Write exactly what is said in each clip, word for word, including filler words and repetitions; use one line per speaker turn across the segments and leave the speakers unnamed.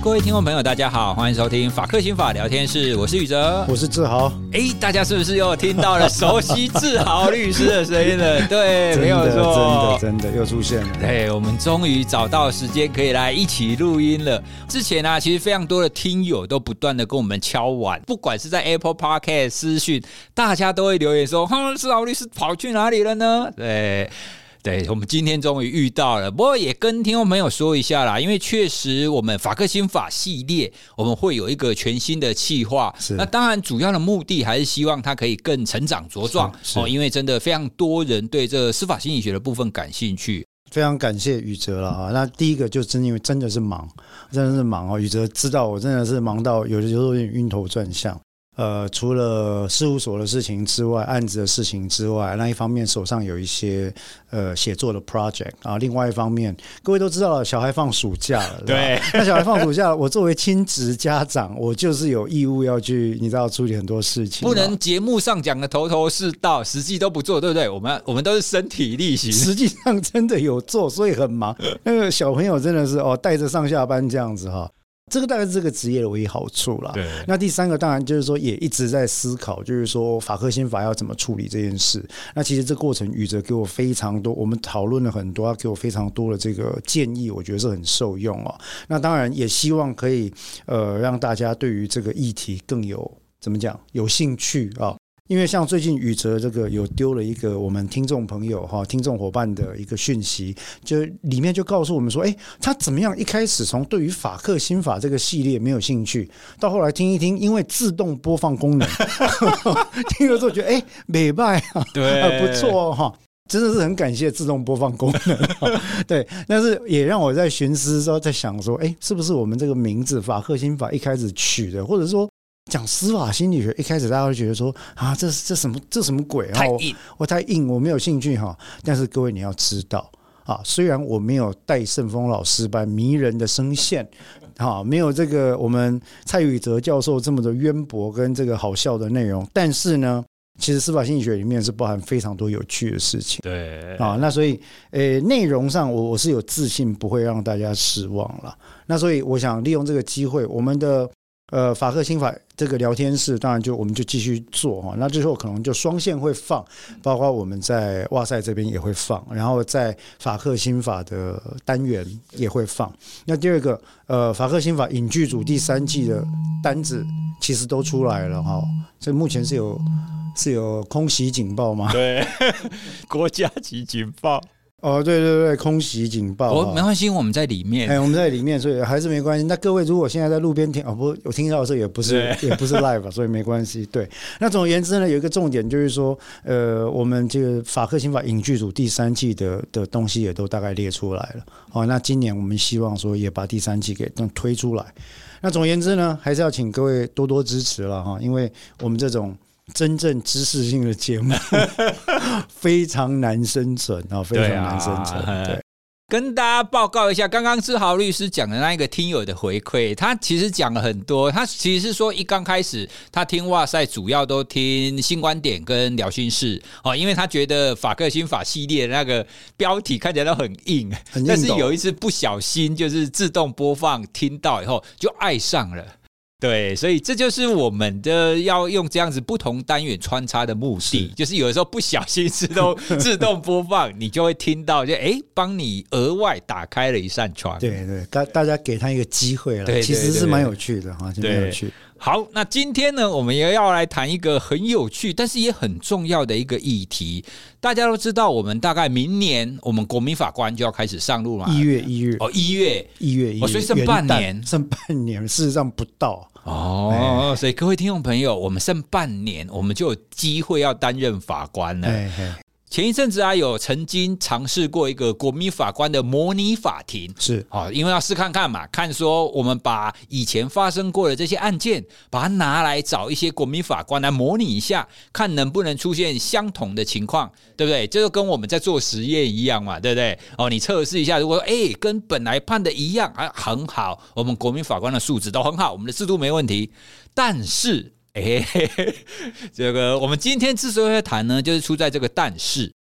各位听众朋友大家好，欢迎收听法克新法聊天室，我是宇哲，
我是志豪。
哎，大家是不是又听到了熟悉志豪律师的声音了？对，没有错，
真的真的又出现了。
对，我们终于找到时间可以来一起录音了。之前啊，其实非常多的听友都不断的跟我们敲碗，不管是在 Apple Podcast 私讯，大家都会留言说，哼，志豪律师跑去哪里了呢？对。对，我们今天终于遇到了，不过也跟听众朋友说一下啦，因为确实我们法克新法系列我们会有一个全新的企划，那当然主要的目的还是希望它可以更成长茁壮哦，因为真的非常多人对这司法心理学的部分感兴趣。
非常感谢宇哲了啊！那第一个就是因为真的是忙，真的是忙哦。宇哲知道我真的是忙到有的时候有点晕头转向。呃，除了事务所的事情之外，案子的事情之外，那一方面手上有一些呃写作的 project 啊，另外一方面，各位都知道了，小孩放暑假了，
对，
那小孩放暑假，我作为亲职家长，我就是有义务要去，你知道处理很多事情，
不能节目上讲的头头是道，实际都不做，对不对？我们我们都是身体力行，
实际上真的有做，所以很忙。那个小朋友真的是哦，带着上下班这样子哈。这个大概是这个职业的唯一好处啦。对，那第三个当然就是说，也一直在思考，就是说法克新法要怎么处理这件事。那其实这过程，宇哲给我非常多，我们讨论了很多，他给我非常多的这个建议，我觉得是很受用哦。那当然也希望可以呃让大家对于这个议题更有怎么讲有兴趣啊、哦。因为像最近宇哲这个有丢了一个我们听众朋友哈听众伙伴的一个讯息，就里面就告诉我们说，哎，他怎么样一开始从对于法克新法这个系列没有兴趣，到后来听一听，因为自动播放功能，听了之后觉得哎美拜啊，对，不错哈、哦。真的是很感谢自动播放功能，对，但是也让我在寻思说，在想说，哎，是不是我们这个名字法克新法一开始取的，或者说讲司法心理学，一开始大家会觉得说啊，这这什么这什么鬼啊？太硬，我太硬，我没有兴趣哈。但是各位你要知道啊，虽然我没有戴胜峰老师般迷人的声线，啊，没有这个我们蔡宇哲教授这么的渊博跟这个好笑的内容，但是呢，其实司法心理学里面是包含非常多有趣的事情。对啊，那所以呃内容上我我是有自信不会让大家失望了。那所以我想利用这个机会，我们的。呃，法克新法这个聊天室，当然就我们就继续做哈。那之后可能就双线会放，包括我们在哇塞这边也会放，然后在法克新法的单元也会放。那第二个，呃，法克新法影剧组第三季的单子其实都出来了哈。这目前是有是有空袭警报吗？
对，国家级警报。
哦，对对对，空袭警报，
哦，没关系，我们在里面，
哎，我们在里面，所以还是没关系。那各位如果现在在路边听，哦不，我听到的时候也不是也不是 live， 所以没关系。对，那总而言之呢，有一个重点就是说，呃，我们这个法克新法影剧组第三季的的东西也都大概列出来了。哦，那今年我们希望说也把第三季给推出来。那总而言之呢，还是要请各位多多支持了哈，因为我们这种真正知识性的节目非常难生存啊，非常难生存。对啊，对，
跟大家报告一下，刚刚志豪律师讲的那一个听友的回馈，他其实讲了很多。他其实是说，一刚开始他听哇塞，主要都听新观点跟聊心事哦，因为他觉得法克新法系列的那个标题看起来都很硬，很硬，但是有一次不小心就是自动播放，听到以后就爱上了。对，所以这就是我们的要用这样子不同单元穿插的目的，就是有的时候不小心自动自动播放，你就会听到就哎，帮你额外打开了一扇窗。
对对，大大家给他一个机会了，其实是蛮有趣的哈，蛮有趣。
好，那今天呢，我们也要来谈一个很有趣，但是也很重要的一个议题。大家都知道，我们大概明年我们国民法官就要开始上路嘛，
一月一月
哦，一月
一月一月，
哦，所以剩半年，
剩半年，事实上不到。
哦，所以各位听众朋友，我们剩半年，我们就有机会要担任法官了。嘿嘿，前一阵子啊，有曾经尝试过一个国民法官的模拟法庭，
是
哦，因为要试看看嘛，看说我们把以前发生过的这些案件，把它拿来找一些国民法官来模拟一下，看能不能出现相同的情况，对不对？这就跟我们在做实验一样嘛，对不对？哦，你测试一下，如果哎跟本来判的一样，啊很好，我们国民法官的素质都很好，我们的制度没问题，但是。哎，这个我们今天之所以会谈呢，就是出在这个但是，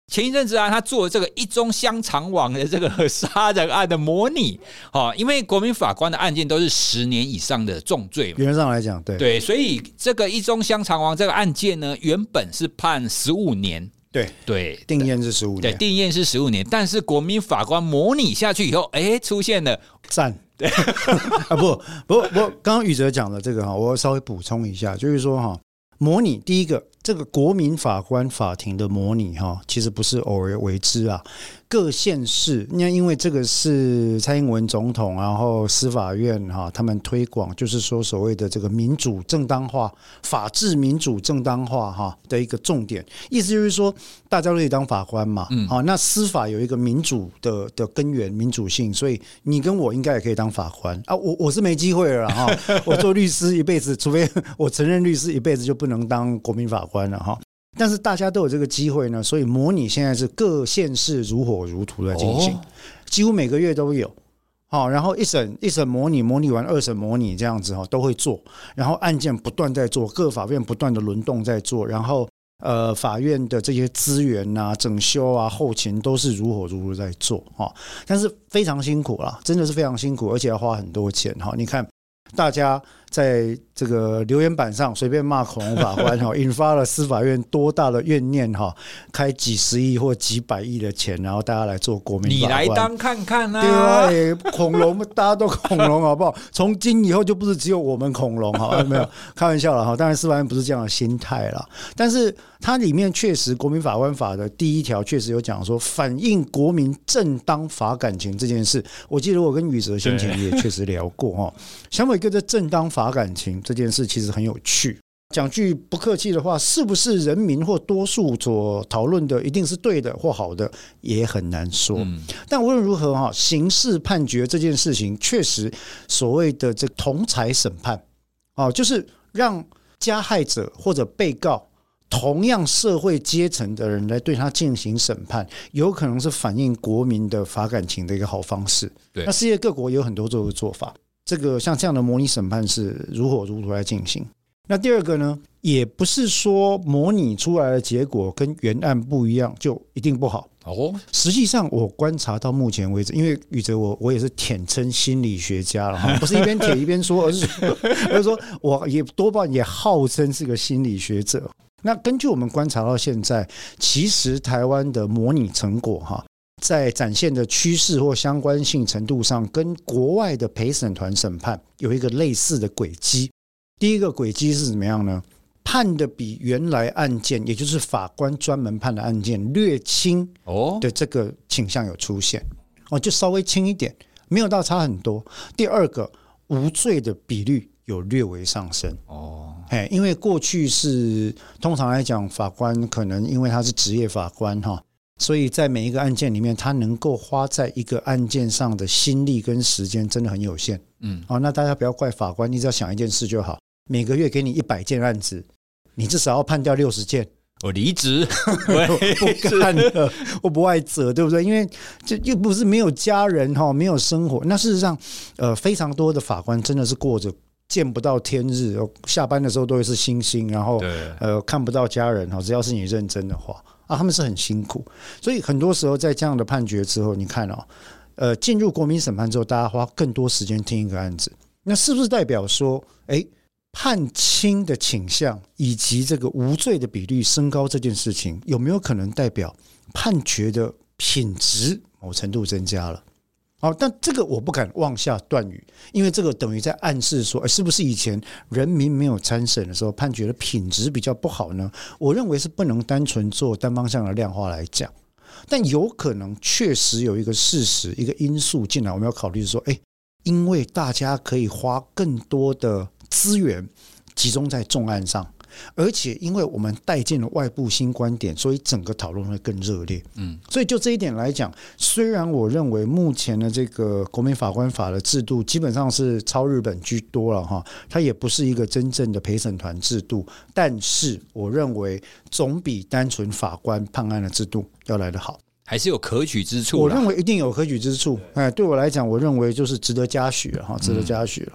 前一阵子啊，他做这个一中香肠王的这个杀人案的模拟，哦，因为国民法官的案件都是十年以上的重罪嘛，
原则上来讲，对
对，所以这个一中香肠王这个案件呢，原本是判十五年，
对
对，
定验是十五年，
对，定验是十五年，但是国民法官模拟下去以后，哎，出现了
赞。对啊，不不不，刚刚宇哲讲的这个哈，我稍微补充一下，就是说哈，模拟第一个，这个国民法官法庭的模拟哈，其实不是偶尔为之啊。各县市，那因为这个是蔡英文总统，然后司法院哈，他们推广就是说所谓的这个民主正当化、法治民主正当化哈的一个重点，意思就是说大家都可以当法官嘛，嗯，好，那司法有一个民主的的根源，民主性，所以你跟我应该也可以当法官啊，我我是没机会了哈，我做律师一辈子，除非我承认律师一辈子就不能当国民法官了哈。但是大家都有这个机会呢，所以模拟现在是各县市如火如荼的进行，哦、几乎每个月都有。好，然后一审一审模拟，模拟完二审模拟这样子哈，都会做。然后案件不断在做，各法院不断的轮动在做，然后呃法院的这些资源啊、整修啊、后勤都是如火如荼在做哈。但是非常辛苦啦，真的是非常辛苦，而且要花很多钱哈。你看大家在这个留言板上随便骂恐龙法官哈，引发了司法院多大的怨念哈！开几十亿或几百亿的钱，然后大家来做国民法官，
你来当看看啊！
对啊，欸、恐龙大家都恐龙好不好？从今以后就不是只有我们恐龙哈，没有开玩笑了哈。当然司法院不是这样的心态啦，但是它里面确实国民法官法的第一条确实有讲说反映国民正当法感情这件事。我记得我跟宇哲先前也确实聊过哈，想有一个这正当法感情这件事其实很有趣。讲句不客气的话，是不是人民或多数所讨论的一定是对的或好的，也很难说。嗯、但无论如何哈，刑事判决这件事情，确实所谓的这同裁审判，哦，就是让加害者或者被告同样社会阶层的人来对他进行审判，有可能是反映国民的法感情的一个好方式。对，那世界各国有很多这个做法。这个像这样的模拟审判是如火如荼来进行。那第二个呢，也不是说模拟出来的结果跟原案不一样就一定不好。哦，实际上我观察到目前为止，因为宇哲我我也是舔称心理学家了哈，不是一边舔一边说，而是说，而是说我也多半也号称是个心理学者。那根据我们观察到现在，其实台湾的模拟成果哈，在展现的趋势或相关性程度上，跟国外的陪审团审判有一个类似的轨迹。第一个轨迹是怎么样呢？判的比原来案件，也就是法官专门判的案件略轻的这个倾向有出现，哦，就稍微轻一点，没有到差很多。第二个，无罪的比率有略微上升。哦，因为过去是通常来讲，法官可能因为他是职业法官哈，所以在每一个案件里面，他能够花在一个案件上的心力跟时间真的很有限。嗯，哦，那大家不要怪法官，你只要想一件事就好。每个月给你一百件案子，你至少要判掉六十件。
我离职，
我不干了，我不爱责，对不对？因为这又不是没有家人哈，没有生活。那事实上，呃，非常多的法官真的是过着见不到天日，下班的时候都会是星星，然后呃看不到家人哈。只要是你认真的话啊，他们是很辛苦。所以很多时候在这样的判决之后，你看哦，呃，进入国民审判之后，大家花更多时间听一个案子，那是不是代表说，哎？判轻的倾向以及这个无罪的比率升高这件事情，有没有可能代表判决的品质某程度增加了？好，但这个我不敢妄下断语，因为这个等于在暗示说，是不是以前人民没有参审的时候，判决的品质比较不好呢？我认为是不能单纯做单方向的量化来讲，但有可能确实有一个事实、一个因素进来，我们要考虑说，哎，因为大家可以花更多的资源集中在重案上，而且因为我们带进了外部新观点，所以整个讨论会更热烈。嗯，所以就这一点来讲，虽然我认为目前的这个国民法官法的制度基本上是抄日本居多了哈，它也不是一个真正的陪审团制度，但是我认为总比单纯法官判案的制度要来得好。
还是有可取之处，
我认为一定有可取之处。哎，对我来讲，我认为就是值得嘉许了哈，值得嘉许了。嗯，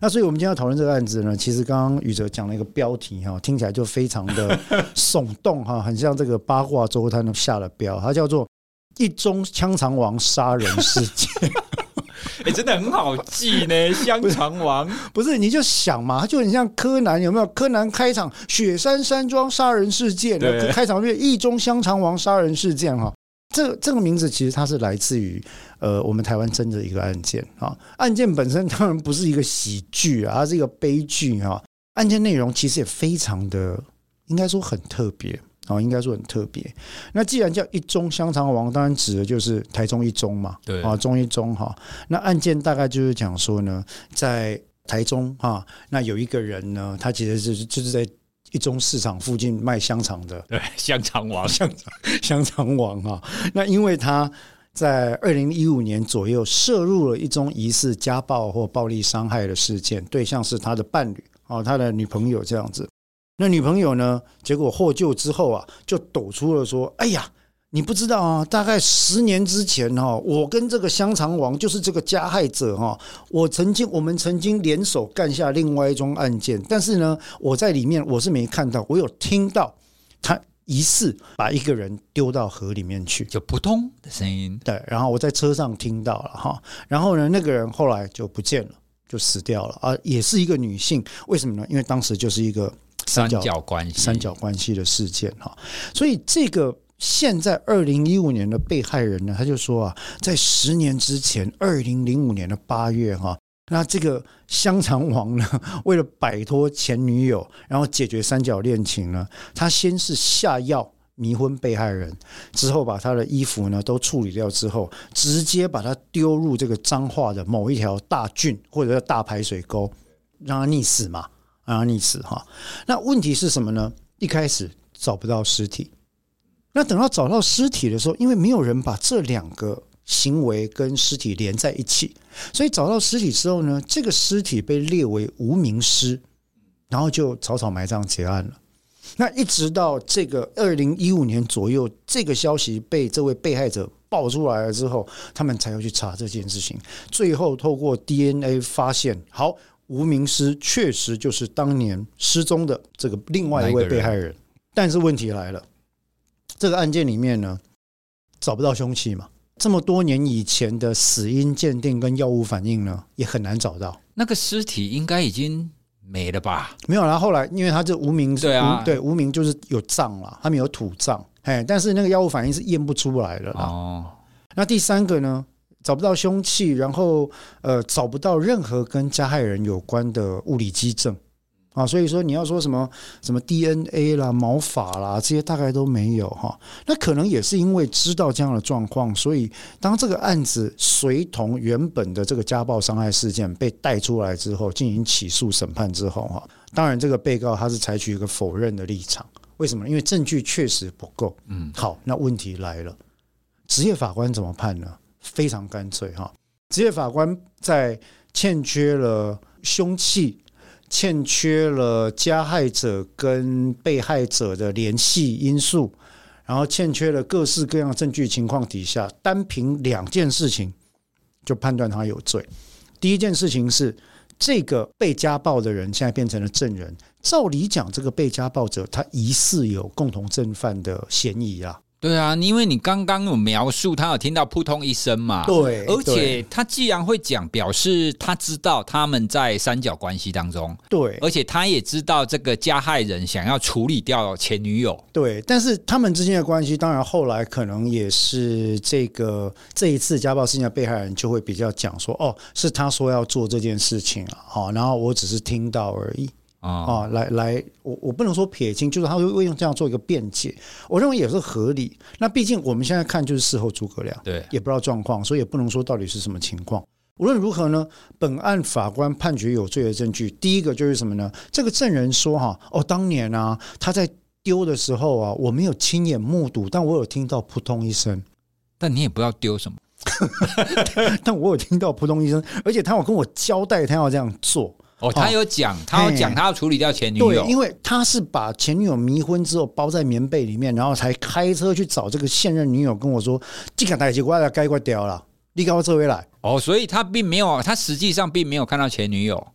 那所以我们今天要讨论这个案子呢，其实刚刚宇哲讲了一个标题哈，听起来就非常的耸动哈，很像这个八卦周刊下了标，它叫做一中香肠王杀人事件。
哎、欸，真的很好记呢，香肠王
不是你就想嘛，就很像柯南，有没有？柯南开场雪山山庄杀人事件，开场就是一中香肠王杀人事件哈。这这个名字其实它是来自于呃我们台湾真的一个案件啊。案件本身当然不是一个喜剧啊，它是一个悲剧啊。案件内容其实也非常的，应该说很特别啊，应该说很特别。那既然叫一中香肠王，当然指的就是台中一中嘛，对啊，中一中哈。那案件大概就是讲说呢，在台中哈，那有一个人呢，他其实就是就是在一中市场附近卖香肠的，
对，香肠王，
香肠香肠王啊。那因为他在二零一五年左右涉入了一宗疑似家暴或暴力伤害的事件，对象是他的伴侣啊，他的女朋友这样子。那女朋友呢，结果获救之后啊，就抖出了说：“哎呀，你不知道啊，大概十年之前哈，我跟这个香肠王就是这个加害者哈，我曾经我们曾经联手干下另外一宗案件，但是呢，我在里面我是没看到，我有听到他疑似把一个人丢到河里面去，
就扑通的声音。
对，然后我在车上听到了哈，然后呢，那个人后来就不见了，就死掉了啊，也是一个女性，为什么呢？因为当时就是一个
三角关系
三角关系的事件哈，所以这个。现在二零一五年的被害人呢，他就说啊，在十年之前，二零零五年的八月哈，那这个香肠王呢，为了摆脱前女友，然后解决三角恋情呢，他先是下药迷昏被害人，之后把他的衣服呢都处理掉之后，直接把他丢入这个彰化的某一条大圳或者大排水沟，让他溺死嘛，让他溺死哈。那问题是什么呢？一开始找不到尸体。那等到找到尸体的时候，因为没有人把这两个行为跟尸体连在一起，所以找到尸体之后呢，这个尸体被列为无名尸，然后就草草埋葬结案了。那一直到这个二零一五年左右，这个消息被这位被害者爆出来了之后，他们才要去查这件事情，最后透过 D N A 发现，好，无名尸确实就是当年失踪的这个另外一位被害人。但是问题来了。这个案件里面呢，找不到凶器嘛？这么多年以前的死因鉴定跟药物反应呢，也很难找到。
那个尸体应该已经没了吧？
没有啦，后来因为他这无名，
对啊，
对无名就是有葬啦，他们有土葬，哎，但是那个药物反应是验不出来的啦。哦，那第三个呢，找不到凶器，然后呃，找不到任何跟加害人有关的物理基证。啊，所以说你要说什么什么 D N A 啦、毛发啦，这些大概都没有哈。那可能也是因为知道这样的状况，所以当这个案子随同原本的这个家暴伤害事件被带出来之后，进行起诉审判之后哈，当然这个被告他是采取一个否认的立场。为什么？因为证据确实不够。嗯，好，那问题来了，职业法官怎么判呢？非常干脆哈，职业法官在欠缺了凶器。欠缺了加害者跟被害者的联系因素，然后欠缺了各式各样的证据情况底下，单凭两件事情就判断他有罪。第一件事情是，这个被家暴的人现在变成了证人，照理讲，这个被家暴者他疑似有共同正犯的嫌疑啊。
对啊，因为你刚刚有描述他有听到扑通一声嘛，
对，
而且他既然会讲，表示他知道他们在三角关系当中，
对，
而且他也知道这个加害人想要处理掉前女友，
对，但是他们之间的关系，当然后来可能也是这个这一次家暴事件的被害人就会比较讲说，哦，是他说要做这件事情啊，好，然后我只是听到而已。啊，来来，我我不能说撇清，就是他会用这样做一个辩解，我认为也是合理。那毕竟我们现在看就是事后诸葛亮，
对，
也不知道状况，所以也不能说到底是什么情况。无论如何呢，本案法官判决有罪的证据，第一个就是什么呢？这个证人说哈，哦，当年啊，他在丢的时候啊，我没有亲眼目睹，但我有听到扑通一声，
但你也不知道丢什么，
但我有听到扑通一声，而且他有跟我交代他要这样做。
哦，他有讲，他有讲，他要处理掉前女友。
对，因为他是把前女友迷昏之后包在棉被里面，然后才开车去找这个现任女友，跟我说：“这个代志我要该关掉了，你跟我这回来。”
哦，所以他并没有，他实际上并没有看到前女友。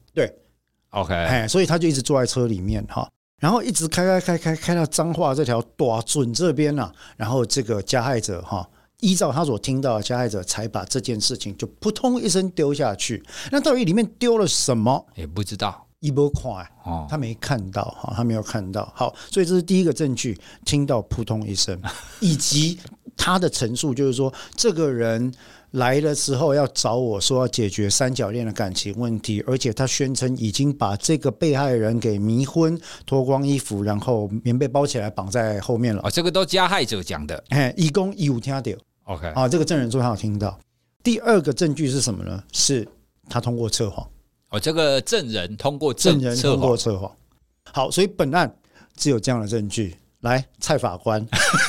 对
，OK，
哎，所以他就一直坐在车里面哈，然后一直开开开开开到彰化这条大准这边啊，然后这个加害者哈，依照他所听到的，加害者才把这件事情就扑通一声丢下去。那到底里面丢了什么？
也不知道。
一波快，他没看到，他没有看到。好，所以这是第一个证据，听到扑通一声，以及他的陈述，就是说这个人来的时候要找我说要解决三角恋的感情问题，而且他宣称已经把这个被害人给迷昏，脱光衣服，然后棉被包起来绑在后面了。
哦，这个都加害者讲的。
哎，义工义务听到
，OK，
啊，这个证人说他有听到。第二个证据是什么呢？是他通过测谎。
哦，这个证人通过
证人通过测谎。好，所以本案只有这样的证据。来，蔡法官，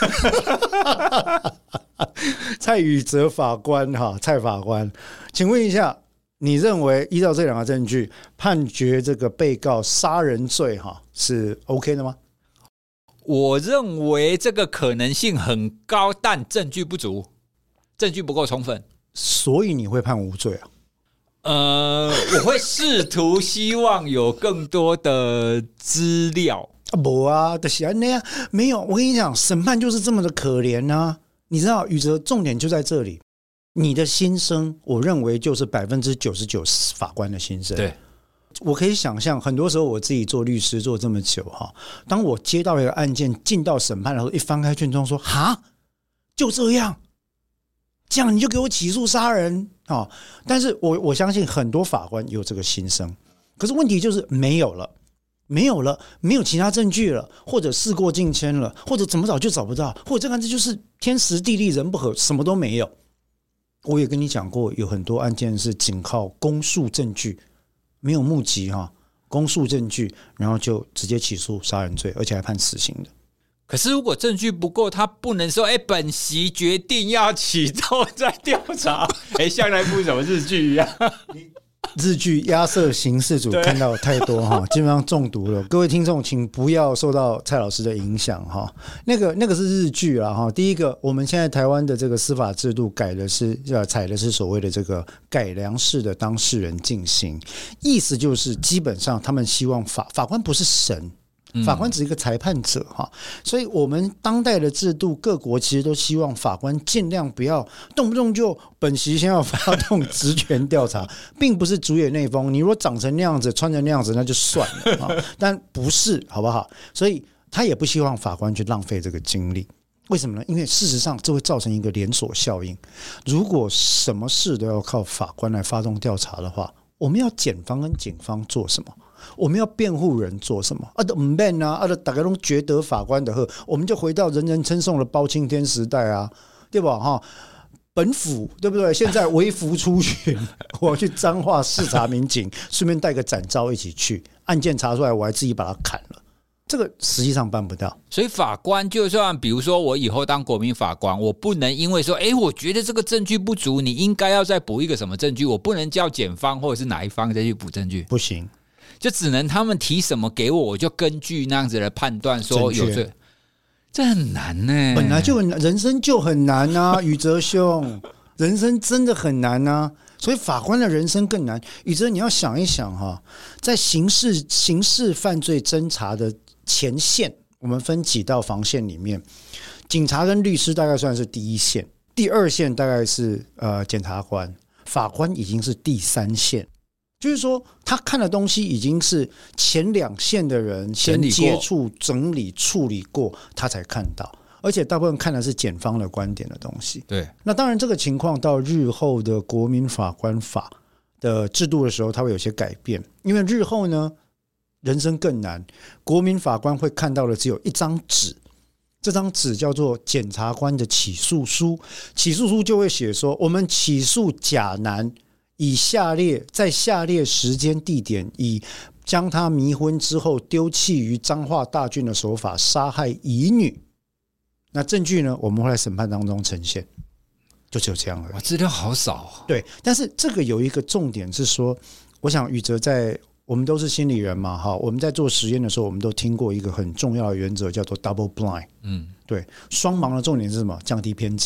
蔡宇哲法官哈，蔡法官，请问一下，你认为依照这两个证据，判决这个被告杀人罪哈是 OK 的吗？
我认为这个可能性很高，但证据不足，证据不够充分，
所以你会判无罪啊？
呃，我会试图希望有更多的资料。
啊，没啊，就是这样，没有。我跟你讲，审判就是这么的可怜啊！你知道，宇哲，重点就在这里。你的心声，我认为就是百分之九十九法官的心声。
对，
我可以想象，很多时候我自己做律师做这么久哈，当我接到一个案件进到审判的时候，一翻开卷宗说：“哈，就这样。”这样你就给我起诉杀人啊！但是我我相信很多法官有这个心声，可是问题就是没有了，没有了，没有其他证据了，或者事过境迁了，或者怎么找就找不到，或者这个案子就是天时地利人不合，什么都没有。我也跟你讲过，有很多案件是仅靠公诉证据，没有目击哈，公诉证据，然后就直接起诉杀人罪，而且还判死刑的。
可是如果证据不够，他不能说，哎、欸，本席决定要起奏再调查。哎、欸，像那部什么日剧一样，
日剧压色刑事组看到太多哈，基本上中毒了。各位听众，请不要受到蔡老师的影响哈。那个那个是日剧啦哈。第一个，我们现在台湾的这个司法制度改的是要采的是所谓的这个改良式的当事人进行，意思就是基本上他们希望法法官不是神。法官只是一个裁判者哈，所以我们当代的制度，各国其实都希望法官尽量不要动不动就本席先要发动职权调查，并不是主演内风。你如果长成那样子，穿成那样子，那就算了，但不是，好不好？所以他也不希望法官去浪费这个精力。为什么呢？因为事实上这会造成一个连锁效应。如果什么事都要靠法官来发动调查的话，我们要检方跟警方做什么？我们要辩护人做什么？啊，都唔变啊，啊，大家都觉得法官的好，我们就回到人人称颂的包青天时代啊，对吧？哈，本府对不对？现在微服出巡，我要去彰化视察民警，顺便带个展昭一起去，案件查出来，我还自己把它砍了。这个实际上办不到，
所以法官就算比如说我以后当国民法官，我不能因为说，哎，我觉得这个证据不足，你应该要再补一个什么证据，我不能叫检方或者是哪一方再去补证据，
不行。
就只能他们提什么给我，我就根据那样子的判断说有罪，这很难呢、欸。
本来就很难，人生就很难啊，宇哲兄，人生真的很难啊。所以法官的人生更难。宇哲，你要想一想哈，在刑事刑事犯罪侦查的前线，我们分几道防线里面，警察跟律师大概算是第一线，第二线大概是呃检察官，法官已经是第三线。就是说他看的东西已经是前两线的人先接触整理处理过他才看到，而且大部分看的是检方的观点的东西。
对，
那当然这个情况到日后的国民法官法的制度的时候它会有些改变，因为日后呢人生更难，国民法官会看到的只有一张纸，这张纸叫做检察官的起诉书，起诉书就会写说我们起诉甲男以下列在下列时间地点，以将他迷昏之后丢弃于彰化大郡的手法杀害乙女。那证据呢？我们会在审判当中呈现，就只有这样而已。
哇，资料好少、啊。
对，但是这个有一个重点是说，我想宇哲在我们都是心理人嘛，哈，我们在做实验的时候，我们都听过一个很重要的原则，叫做 double blind。嗯，对，双盲的重点是什么？降低偏见。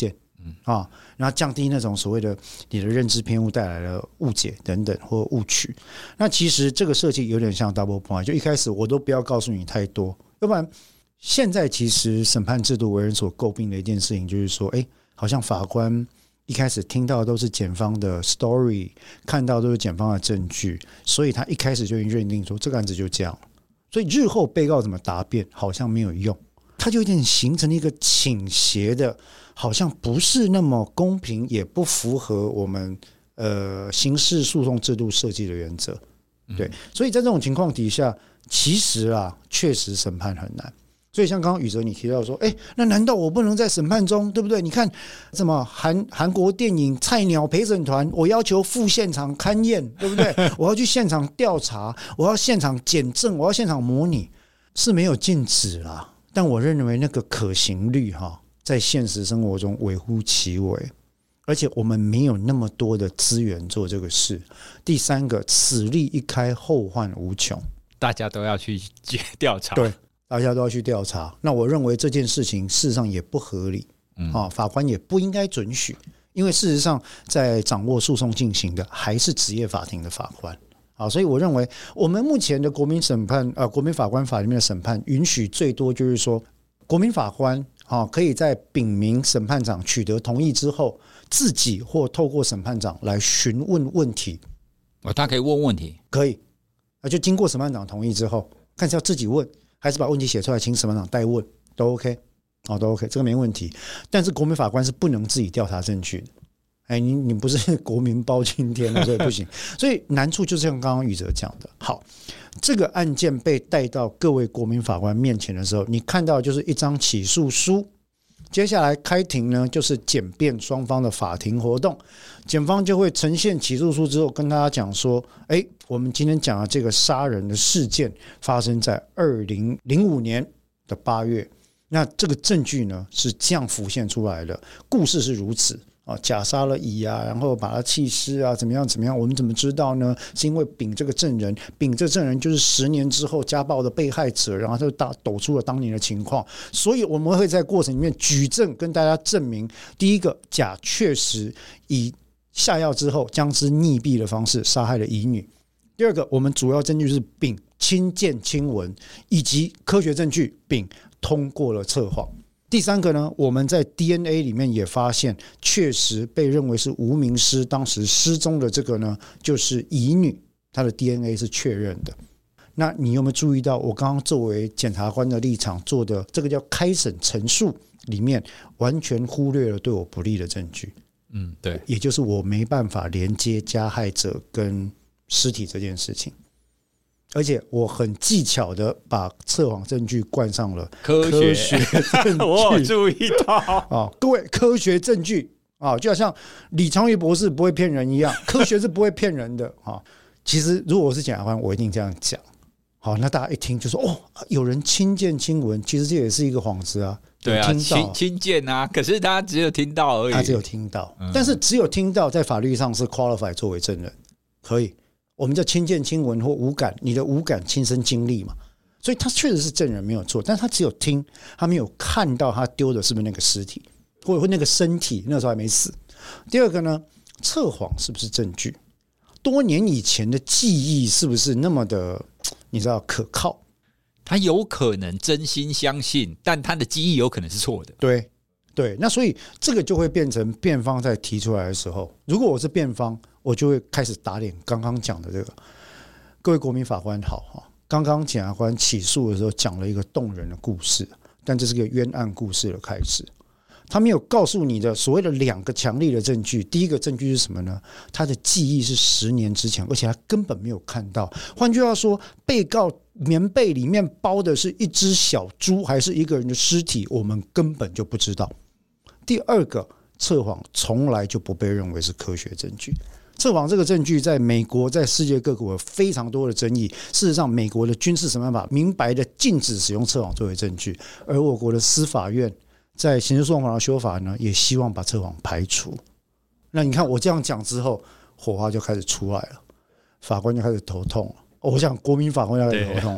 啊，然后降低那种所谓的你的认知偏误带来的误解等等或误区。那其实这个设计有点像 double point， 就一开始我都不要告诉你太多，要不然现在其实审判制度为人所诟病的一件事情就是说，哎，好像法官一开始听到的都是检方的 story， 看到都是检方的证据，所以他一开始就已经认定说这个案子就这样，所以日后被告怎么答辩好像没有用，他就有点形成一个倾斜的，好像不是那么公平，也不符合我们呃刑事诉讼制度设计的原则。对，所以在这种情况底下，其实啊，确实审判很难。所以像刚刚宇哲你提到说，哎，那难道我不能在审判中，对不对？你看什么韩韩国电影《菜鸟陪审团》，我要求赴现场勘验，对不对？我要去现场调查，我要现场检证，我要现场模拟，是没有禁止啦。但我认为那个可行率哈，在现实生活中微乎其微，而且我们没有那么多的资源做这个事。第三个，此例一开，后患无穷，
大家都要去调查。
对。大家都要去调查，那我认为这件事情事实上也不合理，嗯啊，法官也不应该准许，因为事实上在掌握诉讼进行的还是职业法庭的法官啊，所以我认为我们目前的国民审判呃国民法官法里面的审判，允许最多就是说，国民法官啊可以在禀明审判长取得同意之后，自己或透过审判长来询问问题。
哦，他可以问问题，
可以，那就经过审判长同意之后，看是要自己问。还是把问题写出来，请审判长代问，都 OK， 哦，都 OK， 这个没问题。但是国民法官是不能自己调查证据的，哎，你你不是国民包青天的，所以不行。所以难处就像刚刚宇哲讲的。好，这个案件被带到各位国民法官面前的时候，你看到就是一张起诉书。接下来开庭呢，就是检辩双方的法庭活动，检方就会呈现起诉书之后，跟大家讲说，哎，我们今天讲的这个杀人的事件发生在二零零五年的八月，那这个证据呢是这样浮现出来的，故事是如此。啊，假杀了乙啊，然后把他弃尸啊，怎么样怎么样？我们怎么知道呢？是因为丙这个证人，丙这证人就是十年之后家暴的被害者，然后他就大抖出了当年的情况，所以我们会在过程里面举证，跟大家证明：第一个，甲确实以下药之后将之溺毙的方式杀害了乙女；第二个，我们主要证据是丙亲见亲闻，以及科学证据，丙通过了测谎。第三个呢，我们在 D N A 里面也发现，确实被认为是无名尸当时失踪的这个呢，就是乙女，她的 D N A 是确认的。那你有没有注意到，我刚刚作为检察官的立场做的这个叫开审陈述里面，完全忽略了对我不利的证据？
嗯，对，
也就是我没办法连接加害者跟尸体这件事情。而且我很技巧的把测谎证据冠上了科学证据，
我有注意到
啊，各位科学证据啊，就好像李昌钰博士不会骗人一样，科学是不会骗人的啊。其实如果我是检察官，我一定这样讲。好，那大家一听就说哦，有人亲见亲闻，其实这也是一个幌子啊。
对啊，亲亲见啊，可是他只有听到而已，
他只有听到，嗯、但是只有听到，在法律上是 qualify 作为证人，可以。我们叫亲见亲闻或无感，你的无感亲身经历嘛，所以他确实是证人没有错，但他只有听，他没有看到他丢的是不是那个尸体，或者那个身体那时候还没死。第二个呢，测谎是不是证据？多年以前的记忆是不是那么的你知道可靠？
他有可能真心相信，但他的记忆有可能是错的。
对对，那所以这个就会变成辩方在提出来的时候，如果我是辩方，我就会开始打脸刚刚讲的这个。各位国民法官好，刚刚检察官起诉的时候讲了一个动人的故事，但这是个冤案故事的开始。他没有告诉你的所谓的两个强力的证据，第一个证据是什么呢？他的记忆是十年之前，而且他根本没有看到。换句话说，被告棉被里面包的是一只小猪还是一个人的尸体，我们根本就不知道。第二个，测谎从来就不被认为是科学证据。测谎这个证据在美国在世界各国有非常多的争议，事实上美国的军事审判法明白的禁止使用测谎作为证据，而我国的司法院在刑事诉讼法的修法呢，也希望把测谎排除。那你看我这样讲之后，火花就开始出来了，法官就开始头痛了。我想国民法官要开始头痛了。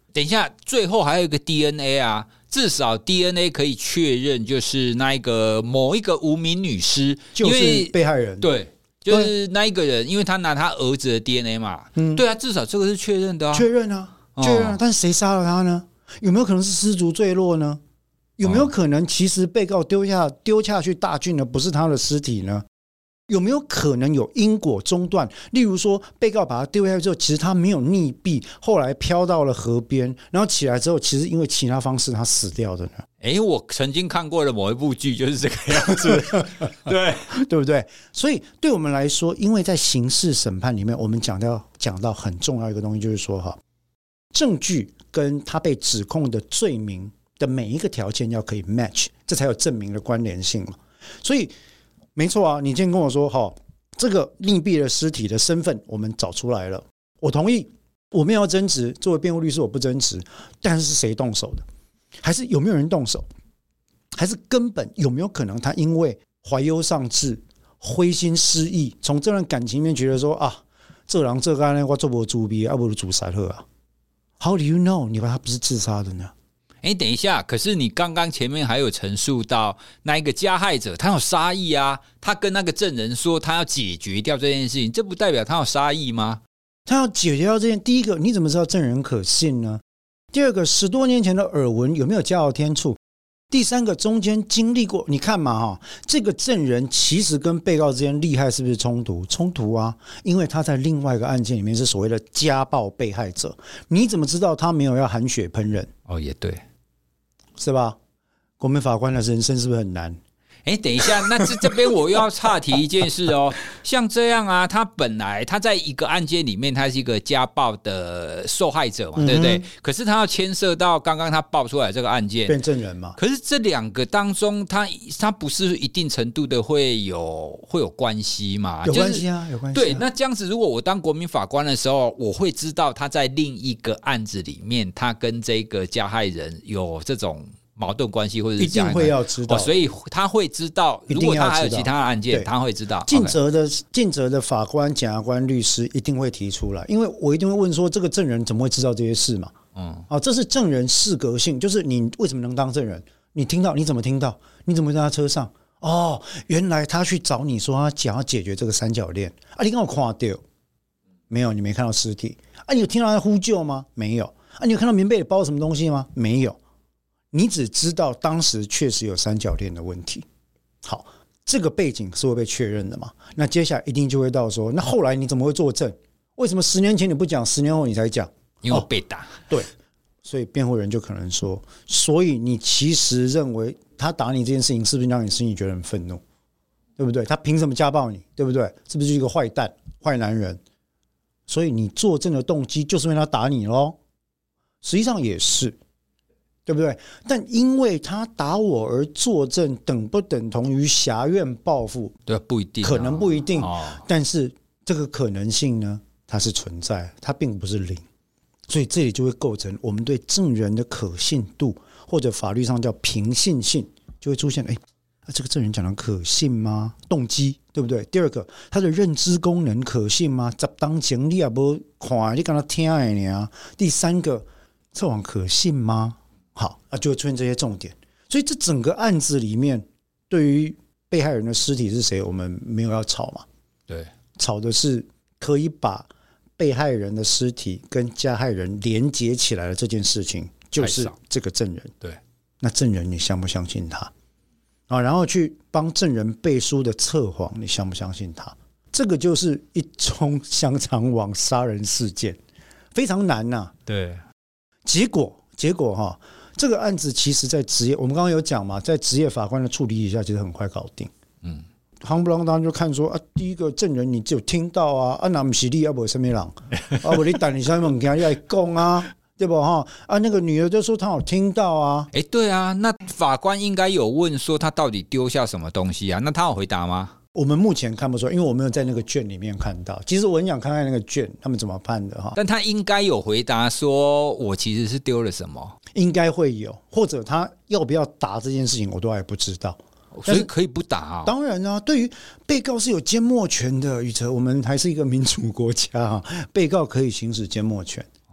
等一下，最后还有一个 D N A 啊，至少 D N A 可以确认，就是那一个某一个无名女尸
就是被害人，
对，就是那一个人，因为他拿他儿子的 D N A 嘛，嗯，对啊，至少这个是确认的啊，
确认啊，确认啊，哦、但是谁杀了他呢？有没有可能是失足坠落呢？有没有可能其实被告丢下丢下去大郡的不是他的尸体呢？有没有可能有因果中断？例如说，被告把他丢下去之后，其实他没有溺毙，后来飘到了河边，然后起来之后，其实因为其他方式他死掉的呢？
哎、欸，我曾经看过的某一部剧就是这个样子，对
对不对？所以对我们来说，因为在刑事审判里面，我们讲到讲到很重要一个东西，就是说哈，证据跟他被指控的罪名的每一个条件要可以 match， 这才有证明的关联性嘛。所以。没错啊，你今天跟我说，哈，这个溺毙的尸体的身份我们找出来了，我同意，我没有要争执，作为辩护律师我不争执，但是是谁动手的？还是有没有人动手？还是根本有没有可能他因为怀忧丧志、灰心失意，从这段感情里面觉得说啊，这人这个我做不主逼，啊不如自杀啊 ？How do you know 你把他不是自杀的呢？
哎，等一下！可是你刚刚前面还有陈述到那一个加害者，他有杀意啊，他跟那个证人说他要解决掉这件事情，这不代表他有杀意吗？
他要解决掉这件，第一个，你怎么知道证人可信呢？第二个，十多年前的耳闻有没有加到天触？第三个，中间经历过，你看嘛哈，这个证人其实跟被告之间利害是不是冲突？冲突啊，因为他在另外一个案件里面是所谓的家暴被害者，你怎么知道他没有要含血喷人？
哦，也对，
是吧？国民法官的人生是不是很难？
哎，等一下，那这这边我又要岔题一件事哦。像这样啊，他本来他在一个案件里面，他是一个家暴的受害者嘛，嗯、对不对？可是他要牵涉到刚刚他爆出来这个案件，
变证人嘛。
可是这两个当中，他他不是一定程度的会有会有关系嘛？
有关系啊，有关系、啊。
对，那这样子，如果我当国民法官的时候，我会知道他在另一个案子里面，他跟这个加害人有这种矛盾关系，或者是
一定会要知道、哦，
所以他会知道。如果他还有其他的案件，他会知道。
尽责的尽责的法官、检察官、律师一定会提出来，因为我一定会问说，这个证人怎么会知道这些事嘛？嗯，啊，这是证人适格性，就是你为什么能当证人？你听到，你怎么听到？你怎么在他车上？哦，原来他去找你说他想要解决这个三角恋啊！你刚好看到没有？你没看到尸体啊？你有听到他呼救吗？没有啊？你有看到棉被里包什么东西吗？没有。你只知道当时确实有三角恋的问题。好，这个背景是会被确认的嘛？那接下来一定就会到说，那后来你怎么会作证？为什么十年前你不讲，十年后你才讲？
因为我被打。哦、
对，所以辩护人就可能说，所以你其实认为他打你这件事情，是不是让你心里觉得很愤怒？对不对？他凭什么家暴你？对不对？是不是一个坏蛋、坏男人？所以你作证的动机就是因为他打你咯。实际上也是。对不对？但因为他打我而作证，等不等同于挟怨报复？
对，不一定、啊，
可能不一定。哦、但是这个可能性呢，它是存在，它并不是零。所以这里就会构成我们对证人的可信度，或者法律上叫凭信性，就会出现：哎，这个证人讲的可信吗？动机对不对？第二个，他的认知功能可信吗？十当前你也没看，你跟他听的呢。第三个，测谎可信吗？好，那就会出现这些重点。所以这整个案子里面，对于被害人的尸体是谁，我们没有要吵嘛？
对，
吵的是可以把被害人的尸体跟加害人连结起来的这件事情，就是这个证人。
对，
那证人你相不相信他？啊，然后去帮证人背书的测谎，你相不相信他？这个就是一宗香肠王杀人事件，非常难呐、啊。
对，
结果结果哈。这个案子其实在职业，我们刚刚有讲嘛，在职业法官的处理底下，其实很快搞定。嗯，夯不啷当就看说啊，第一个证人你只有听到啊，啊那不是你，要不什么人，啊不你等你什么物件你来讲啊，对不哈？啊那个女的就说她有听到啊，
哎对啊，那法官应该有问说他到底丢下什么东西啊？那他有回答吗？
我们目前看不出来，因为我没有在那个卷里面看到。其实我很想看看那个卷他们怎么判的哈。
但他应该有回答说，我其实是丢了什么，
应该会有，或者他要不要答这件事情，我都还不知道。
所以可以不打啊、哦？
当然啊，对于被告是有缄默权的。宇哲，我们还是一个民主国家啊，被告可以行使缄默权。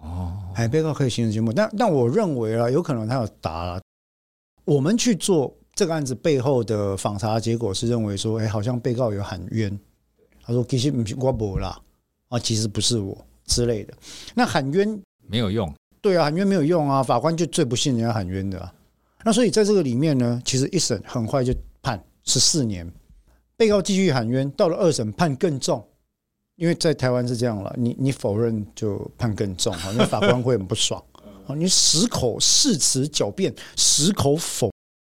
哦，
哎，被告可以行使缄默，但但我认为啊，有可能他有答了。我们去做这个案子背后的访查结果是认为说，哎，好像被告有喊冤，他说其实不是我没啦，啊，其实不是我之类的。那喊冤
没有用，
对啊，喊冤没有用啊，法官就最不信人家喊冤的啊。那所以在这个里面呢，其实一审很快就判十四年，被告继续喊冤，到了二审判更重。因为在台湾是这样了，你你否认就判更重，因为法官会很不爽。你矢口誓词狡辩，矢口否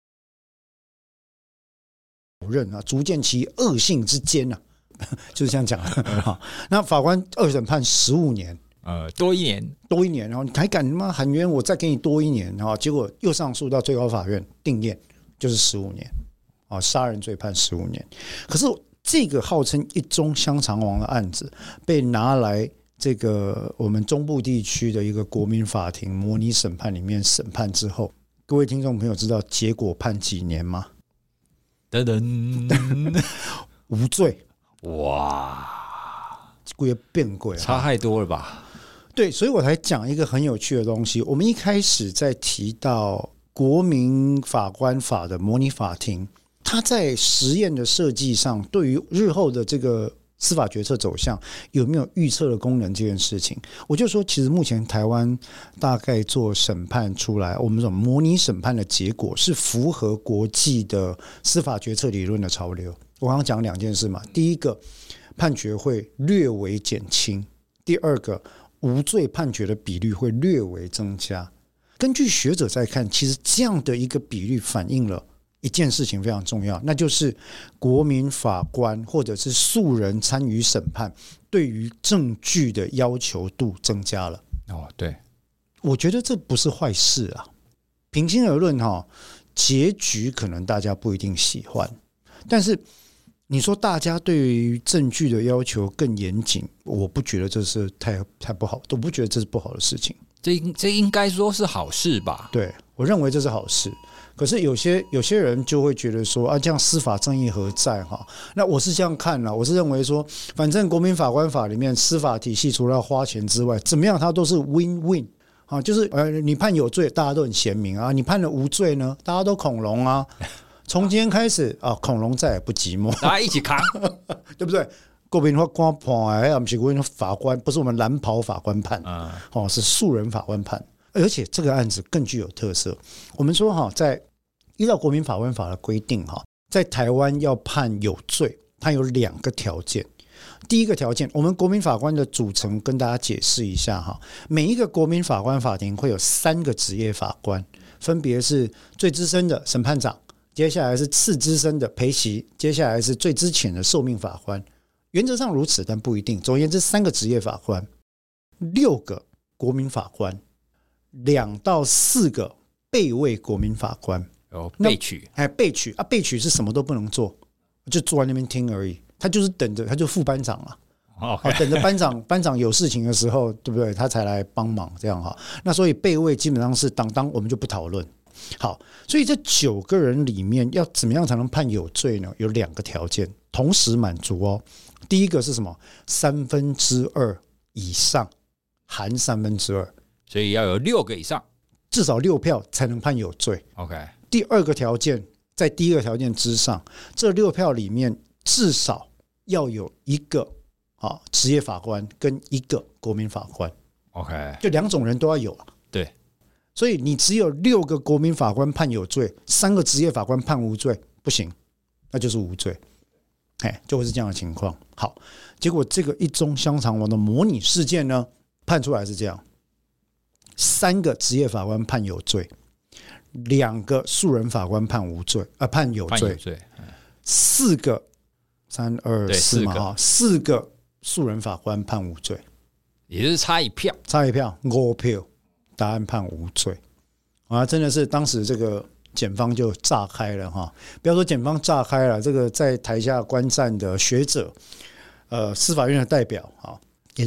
认啊，足见其恶性之奸啊，就是这样讲。那法官二审判十五年，
呃，多一年，
多一年，然后你还敢他妈喊冤，我再给你多一年，然后结果又上诉到最高法院定谳，就是十五年啊，杀人罪判十五年。可是这个号称一宗香肠王的案子被拿来这个我们中部地区的一个国民法庭模拟审判里面审判之后，各位听众朋友知道结果判几年吗？
噔噔，
无罪。
哇，
贵变贵，
差太多了吧？
对，所以我才讲一个很有趣的东西。我们一开始在提到国民法官法的模拟法庭，它在实验的设计上，对于日后的这个司法决策走向有没有预测的功能这件事情，我就说，其实目前台湾大概做审判出来，我们这种模拟审判的结果是符合国际的司法决策理论的潮流。我刚刚讲两件事嘛，第一个判决会略微减轻，第二个无罪判决的比率会略微增加。根据学者在看，其实这样的一个比率反映了一件事情非常重要，那就是国民法官或者是素人参与审判对于证据的要求度增加了。
哦，对，
我觉得这不是坏事啊。平心而论哈，结局可能大家不一定喜欢，但是你说大家对于证据的要求更严谨，我不觉得这是太太不好，我不觉得这是不好的事情。
这这应该说是好事吧？
对，我认为这是好事。可是有些有些人就会觉得说啊，这样司法正义何在哈？那我是这样看啦，我是认为说，反正国民法官法里面司法体系除了要花钱之外，怎么样它都是 win win 啊，就是呃，你判有罪，大家都很贤明啊；你判了无罪呢，大家都恐龙啊。从今天开始啊，恐龙再也不寂寞，
大家一起扛，
对不对？国民法官判的，不是国民法官，不是我们蓝袍法官判，哦，是素人法官判。而且这个案子更具有特色。我们说哈，在依照国民法官法的规定哈，在台湾要判有罪，它有两个条件。第一个条件，我们国民法官的组成跟大家解释一下哈。每一个国民法官法庭会有三个职业法官，分别是最资深的审判长，接下来是次资深的陪席，接下来是最资浅的受命法官。原则上如此，但不一定。总而言之，三个职业法官，六个国民法官，两到四个备位国民法官。
哦，备取，
哎，备取啊，备取是什么都不能做，就坐在那边听而已。他就是等着，他就副班长了。
Okay.
等着班长班长有事情的时候，对不对？他才来帮忙，这样哈。那所以备位基本上是当当，我们就不讨论。好，所以这九个人里面要怎么样才能判有罪呢？有两个条件同时满足哦。第一个是什么？三分之二以上，含三分之二，
所以要有六个以上，
至少六票才能判有罪。
OK。
第二个条件，在第一个条件之上，这六票里面至少要有一个啊职业法官跟一个国民法官。
OK。就
两种人都要有啊。
对。
所以你只有六个国民法官判有罪，三个职业法官判无罪，不行，那就是无罪。哎，就会是这样的情况。好，结果这个一宗香肠王的模拟事件呢，判出来是这样：三个职业法官判有罪，两个素人法官判无罪，啊，判有罪，
罪
四个三二四嘛，四个素人法官判无罪，
也就是差一票，
差一票，五票，答案判无罪啊！真的是当时这个检方就炸开了哈！不要说检方炸开了，这个在台下观战的学者、呃司法院的代表啊，也都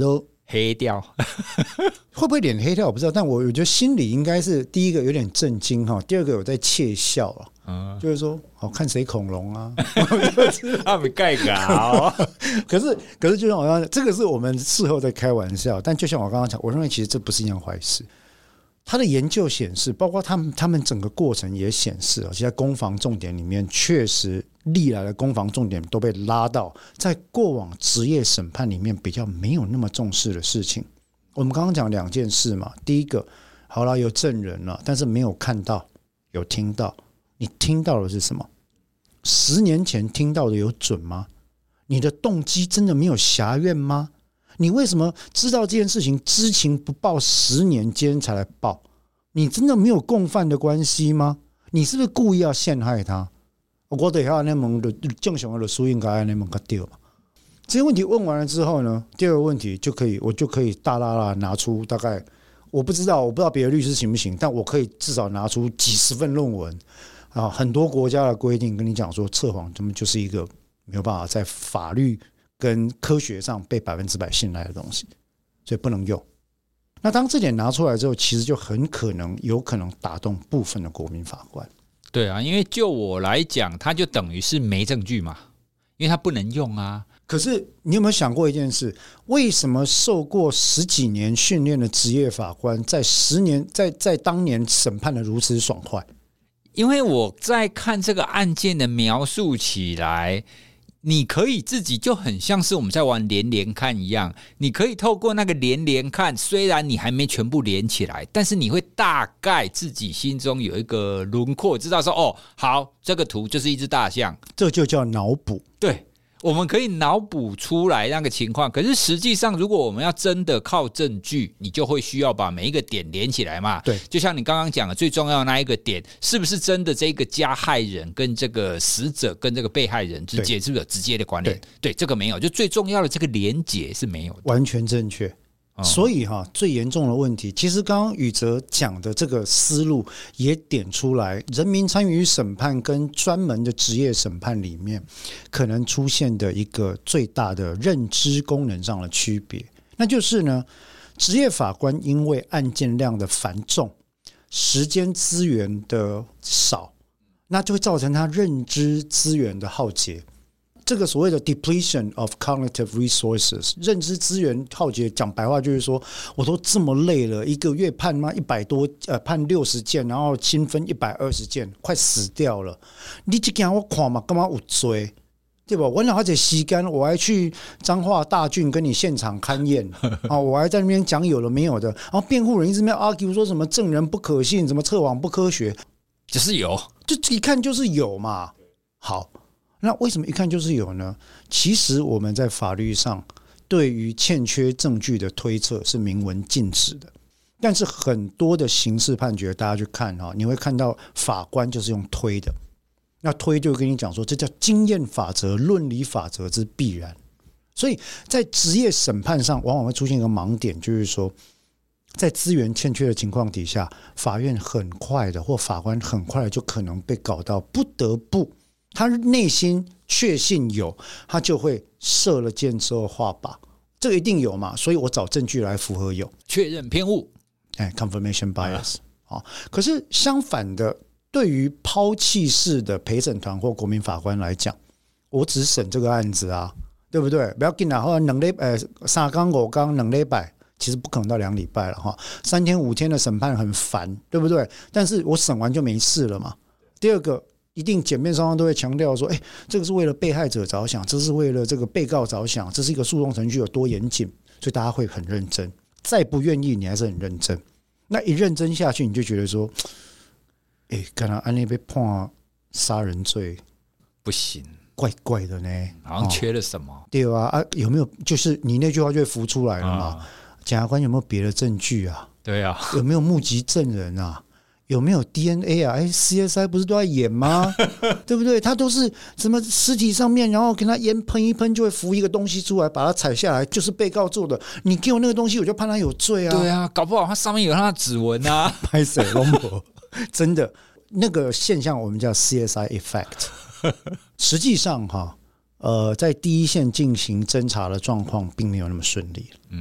黑掉，
会不会脸黑掉我不知道，但我我觉得心里应该是第一个有点震惊哈，第二个有在窃笑啊，嗯、就是说好、哦、看谁恐龙啊，
他们盖搞，
可是可是就像我刚刚这个是我们事后在开玩笑，但就像我刚刚讲，我认为其实这不是一件坏事。他的研究显示，包括他们他们整个过程也显示，其实在攻防重点里面，确实历来的攻防重点都被拉到在过往职业审判里面比较没有那么重视的事情。我们刚刚讲两件事嘛，第一个，好了，有证人了，但是没有看到，有听到，你听到的是什么？十年前听到的有准吗？你的动机真的没有瑕怨吗？你为什么知道这件事情知情不报十年间才来报？你真的没有共犯的关系吗？你是不是故意要陷害他？我得要那么的正常的书应该那么个丢嘛。这些问题问完了之后呢，第二个问题就可以，我就可以大啦啦拿出大概我不知道，我不知道别的律师行不行，但我可以至少拿出几十份论文啊，很多国家的规定跟你讲说，测谎根本就是一个没有办法在法律跟科学上被百分之百信赖的东西，所以不能用。那当这点拿出来之后，其实就很可能有可能打动部分的国民法官。
对啊，因为就我来讲，他就等于是没证据嘛，因为他不能用啊。
可是你有没有想过一件事？为什么受过十几年训练的职业法官，在十年在在当年审判的如此爽快？
因为我在看这个案件的描述起来，你可以自己就很像是我们在玩连连看一样，你可以透过那个连连看，虽然你还没全部连起来，但是你会大概自己心中有一个轮廓，知道说哦，好，这个图就是一只大象，
这就叫脑补。
对，我们可以脑补出来那个情况。可是实际上，如果我们要真的靠证据，你就会需要把每一个点连起来嘛。
对，
就像你刚刚讲的，最重要的那一个点，是不是真的这个加害人跟这个死者跟这个被害人之间是不是有直接的关联？ 对, 对，这个没有，就最重要的这个连结是没有的，
完全正确。所以哈，最严重的问题，其实刚刚宇哲讲的这个思路也点出来，人民参与审判跟专门的职业审判里面可能出现的一个最大的认知功能上的区别，那就是呢，职业法官因为案件量的繁重，时间资源的少，那就会造成他认知资源的耗竭。这个所谓的 depletion of cognitive resources， 认知资源耗竭，讲白话就是说，我都这么累了，一个月判嘛一百多，呃，判六十件，然后新分一百二十件，快死掉了。你这件我看嘛，干嘛有追？对吧？我哪有这时间，我还去彰化大郡跟你现场勘验啊，我还在那边讲有了没有的，然后辩护人一直在 argue 说什么证人不可信，什么测谎不科学，
就是有，
就一看就是有嘛。好。那为什么一看就是有呢？其实我们在法律上对于欠缺证据的推测是明文禁止的，但是很多的刑事判决大家去看，你会看到法官就是用推的，那推就跟你讲说这叫经验法则、论理法则之必然。所以在职业审判上往往会出现一个盲点，就是说在资源欠缺的情况底下，法院很快的或法官很快的就可能被搞到不得不他内心确信有，他就会射了箭之后画靶，这个一定有嘛？所以我找证据来符合有，
确认偏误，
哎 ，confirmation bias、啊、可是相反的，对于抛弃式的陪审团或国民法官来讲，我只审这个案子啊，对不对？不要紧啦，后来两礼拜、三天五天两礼拜，其实不可能到两礼拜了哈，三天五天的审判很烦，对不对？但是我审完就没事了嘛。第二个。一定检辩双方都会强调说，哎，这个是为了被害者着想，这是为了这个被告着想，这是一个诉讼程序有多严谨，所以大家会很认真。再不愿意，你还是很认真。那一认真下去，你就觉得说，哎，刚才安利被判杀人罪，
不行，
怪怪的呢，
好像缺了什么。哦、
对啊，啊，有没有就是你那句话就会浮出来了嘛？啊、检察官有没有别的证据啊？
对啊，
有没有目击证人啊？有没有 D N A 啊？哎 ，C S I 不是都在演吗？对不对？他都是什么尸体上面，然后跟他烟喷一喷，就会浮一个东西出来，把它踩下来，就是被告做的。你给我那个东西，我就判他有罪啊！
对啊，搞不好他上面有他的指纹啊！
拍谁龙博？真的，那个现象我们叫 C S I effect。实际上哈，呃，在第一线进行侦查的状况并没有那么顺利。嗯。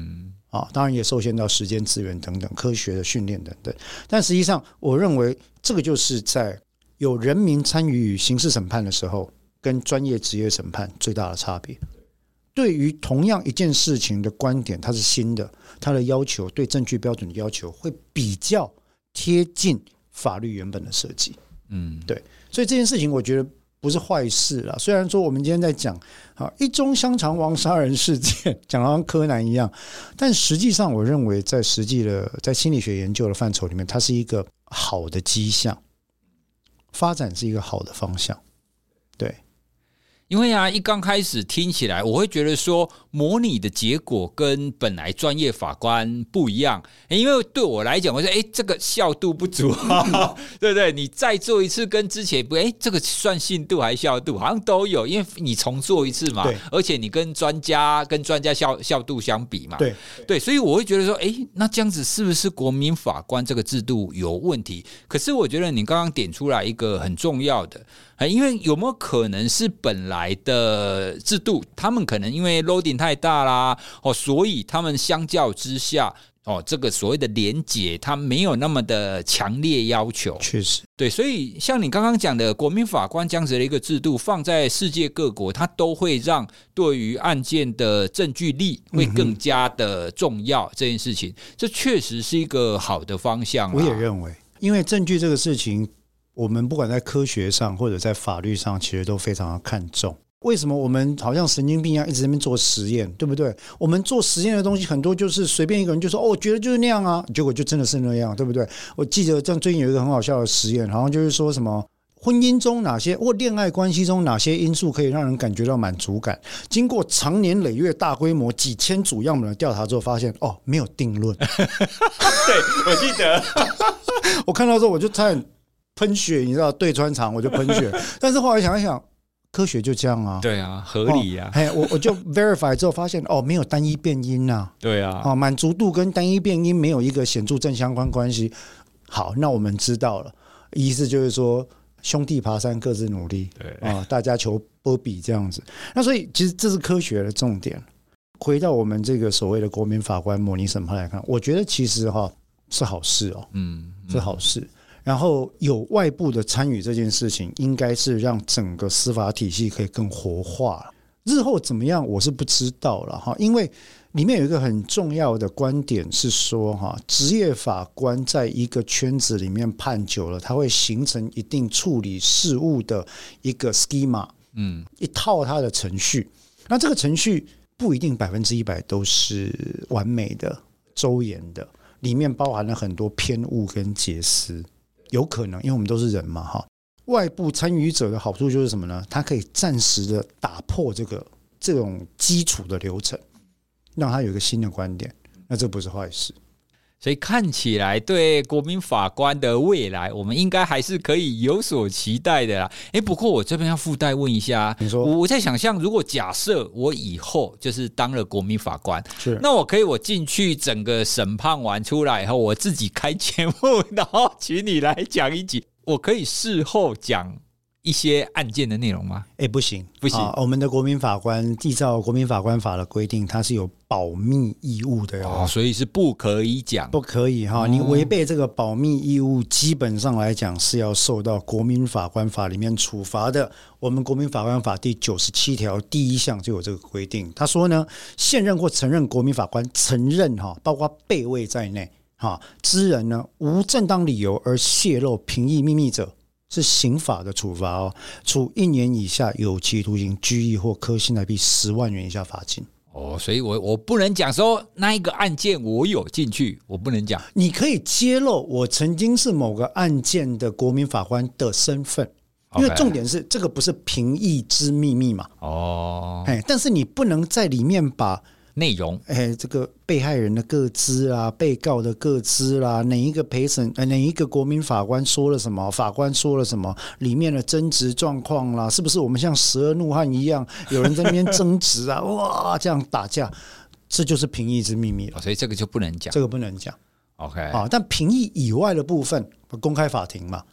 啊，当然也受限到时间资源等等科学的训练等等，但实际上我认为这个就是在有人民参与刑事审判的时候跟专业职业审判最大的差别。对于同样一件事情的观点，它是新的，它的要求对证据标准的要求会比较贴近法律原本的设计。嗯，对，所以这件事情我觉得不是坏事啦。虽然说我们今天在讲一中香肠王杀人事件，讲得像柯南一样，但实际上我认为在实际的在心理学研究的范畴里面，它是一个好的迹象，发展是一个好的方向。对，
因为啊，一刚开始听起来，我会觉得说，模拟的结果跟本来专业法官不一样。因为对我来讲，我说，哎，这个效度不足，对不对？你再做一次，跟之前不，哎，这个算信度还是效度，好像都有，因为你重做一次嘛，而且你跟专家跟专家效效度相比嘛，
对
对，所以我会觉得说，哎，那这样子是不是国民法官这个制度有问题？可是我觉得你刚刚点出来一个很重要的。因为有没有可能是本来的制度，他们可能因为 loading 太大啦，哦，所以他们相较之下，哦，这个所谓的连结，它没有那么的强烈要求。
确实，
对，所以像你刚刚讲的，国民法官这样子的一个制度，放在世界各国，它都会让对于案件的证据力会更加的重要。嗯、这件事情，这确实是一个好的方向。
我也认为，因为证据这个事情。我们不管在科学上或者在法律上，其实都非常的看重。为什么我们好像神经病一样一直在那边做实验，对不对？我们做实验的东西很多就是随便一个人就说哦，我觉得就是那样啊，结果就真的是那样，对不对？我记得这样最近有一个很好笑的实验，好像就是说什么婚姻中哪些或恋爱关系中哪些因素可以让人感觉到满足感，经过长年累月大规模几千组样本的调查之后发现，哦，没有定论。
对，我记得
我看到之后我就差点喷血，你知道对穿肠我就喷血，但是后来想一想，科学就这样啊，
对啊，合理啊。
哦、我我就 verify 之后发现，哦，没有单一变因啊，
对啊，
哦，满足度跟单一变因没有一个显著正相关关系。好，那我们知道了，意思就是说兄弟爬山各自努力，对啊、哦，大家求波比这样子。那所以其实这是科学的重点。回到我们这个所谓的国民法官模拟审判来看，我觉得其实哈、哦、是好事哦，嗯，是好事。然后有外部的参与这件事情，应该是让整个司法体系可以更活化。日后怎么样，我是不知道了哈。因为里面有一个很重要的观点是说，哈，职业法官在一个圈子里面判久了，他会形成一定处理事务的一个 schema， 嗯，一套他的程序。那这个程序不一定百分之一百都是完美的、周延的，里面包含了很多偏误跟解思。有可能，因为我们都是人嘛，哈。外部参与者的好处就是什么呢？他可以暂时的打破这个这种基础的流程，让他有一个新的观点，那这不是坏事。
所以看起来对国民法官的未来，我们应该还是可以有所期待的啦。诶，不过我这边要附带问一下，
你说，
我在想象，如果假设我以后就是当了国民法官，
是，
那我可以我进去整个审判完出来以后，我自己开节目，然后请你来讲一集，我可以事后讲一些案件的内容吗？
哎，不行，
不行、
啊。我们的国民法官依照国民法官法的规定，它是有保密义务的
哦，所以是不可以讲，
不可以哈。你违背这个保密义务，基本上来讲是要受到国民法官法里面处罚的。我们国民法官法第九十七条第一项就有这个规定。他说呢，现任或曾任国民法官承认哈，包括备位在内哈之人呢，无正当理由而泄露评议秘密者，是刑法的处罚哦，处一年以下有期徒刑、拘役或科新台币十万元以下罚金。
哦，所以我我不能讲说那一个案件我有进去，我不能讲。
你可以揭露我曾经是某个案件的国民法官的身份，因为重点是这个不是评议之秘密嘛。哦，但是你不能在里面把
内容，
哎，这个被害人的个资啦，被告的个资啦，哪一个陪审，哪一个国民法官说了什么，法官说了什么，里面的争执状况啦，是不是我们像十二怒汉一样，有人在那边争执啊，哇，这样打架，这就是评议之秘密了。
哦，所以这个就不能讲，
这个不能讲。
OK，
啊，但评议以外的部分，公开法庭嘛。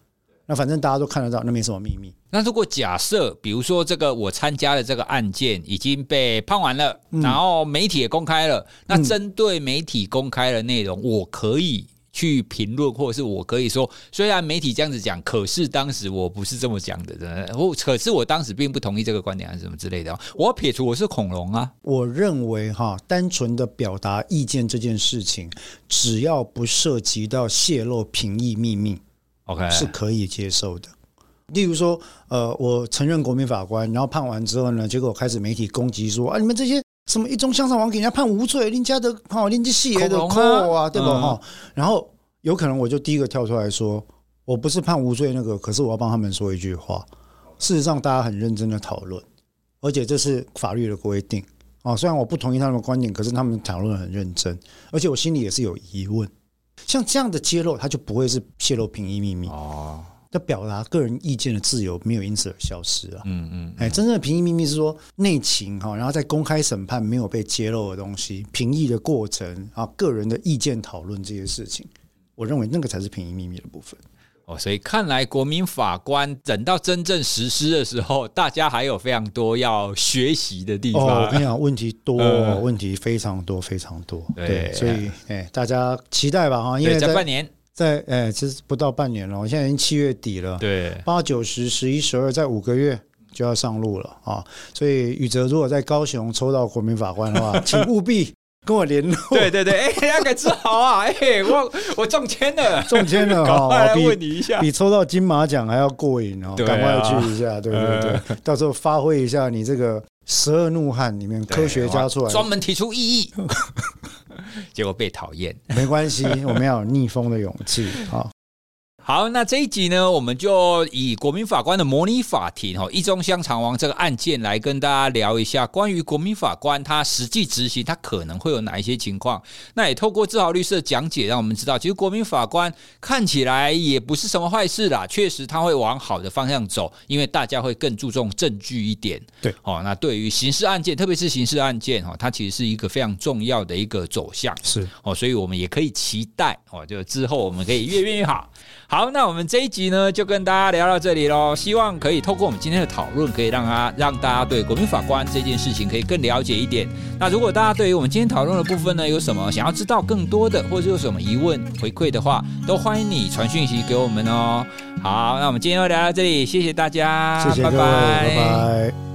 那反正大家都看得到，那没什么秘密。
那如果假设比如说这个我参加的这个案件已经被判完了、嗯、然后媒体也公开了，那针对媒体公开的内容、嗯、我可以去评论，或者是我可以说虽然媒体这样子讲，可是当时我不是这么讲的，可是我当时并不同意这个观点还是什么之类的，我要撇除我是恐龙啊。
我认为哈，单纯的表达意见这件事情，只要不涉及到泄露评议秘密
OK
是可以接受的。例如说呃，我承认国民法官，然后判完之后呢，结果开始媒体攻击说啊，你们这些什么一中向上网给人家判无罪，人家的好，人家戏爷的扣啊，对吧、嗯、然后有可能我就第一个跳出来说，我不是判无罪那个，可是我要帮他们说一句话。事实上大家很认真的讨论，而且这是法律的规定、哦、虽然我不同意他们的观点，可是他们讨论很认真，而且我心里也是有疑问。像这样的揭露，它就不会是泄露评议秘密哦。那表达个人意见的自由没有因此而消失啊。嗯嗯，哎，真正的评议秘密是说内情哈，然后在公开审判没有被揭露的东西，评议的过程啊，个人的意见讨论这些事情，我认为那个才是评议秘密的部分。
哦，所以看来国民法官等到真正实施的时候，大家还有非常多要学习的地方。
哦，我跟你讲，问题多、嗯，问题非常多，非常多。对，对所以哎，大家期待吧哈，因为
在半年。
在哎，其实不到半年了，现在已经七月底了。
对，
八九十十一十二，在五个月就要上路了啊！所以宇哲如果在高雄抽到国民法官的话，请务必跟我联络。
对对对，哎、欸，那个志豪啊，哎、欸，我我中签了，
中签了
哈，赶快来问你一下，
比抽到金马奖还要过瘾哦！赶、啊、快去一下，对对对，呃、到时候发挥一下你这个十二怒汉里面科学家出来
专门提出异议。结果被讨厌，
没关系，我们要有逆风的勇气。好，
好，那这一集呢，我们就以国民法官的模拟法庭一中香肠王这个案件来跟大家聊一下关于国民法官他实际执行他可能会有哪一些情况。那也透过志豪律师的讲解，让我们知道其实国民法官看起来也不是什么坏事啦，确实他会往好的方向走，因为大家会更注重证据一点。
对，
哦，那对于刑事案件，特别是刑事案件，它其实是一个非常重要的一个走向。
是，
哦，所以我们也可以期待，哦，就之后我们可以越变越好。好，那我们这一集呢，就跟大家聊到这里咯，希望可以透过我们今天的讨论，可以让他让大家对国民法官这件事情可以更了解一点。那如果大家对于我们今天讨论的部分呢，有什么想要知道更多的，或者有什么疑问回馈的话，都欢迎你传讯息给我们哦。好，那我们今天就聊到这里，谢谢大家，
谢谢各位，拜拜。拜拜。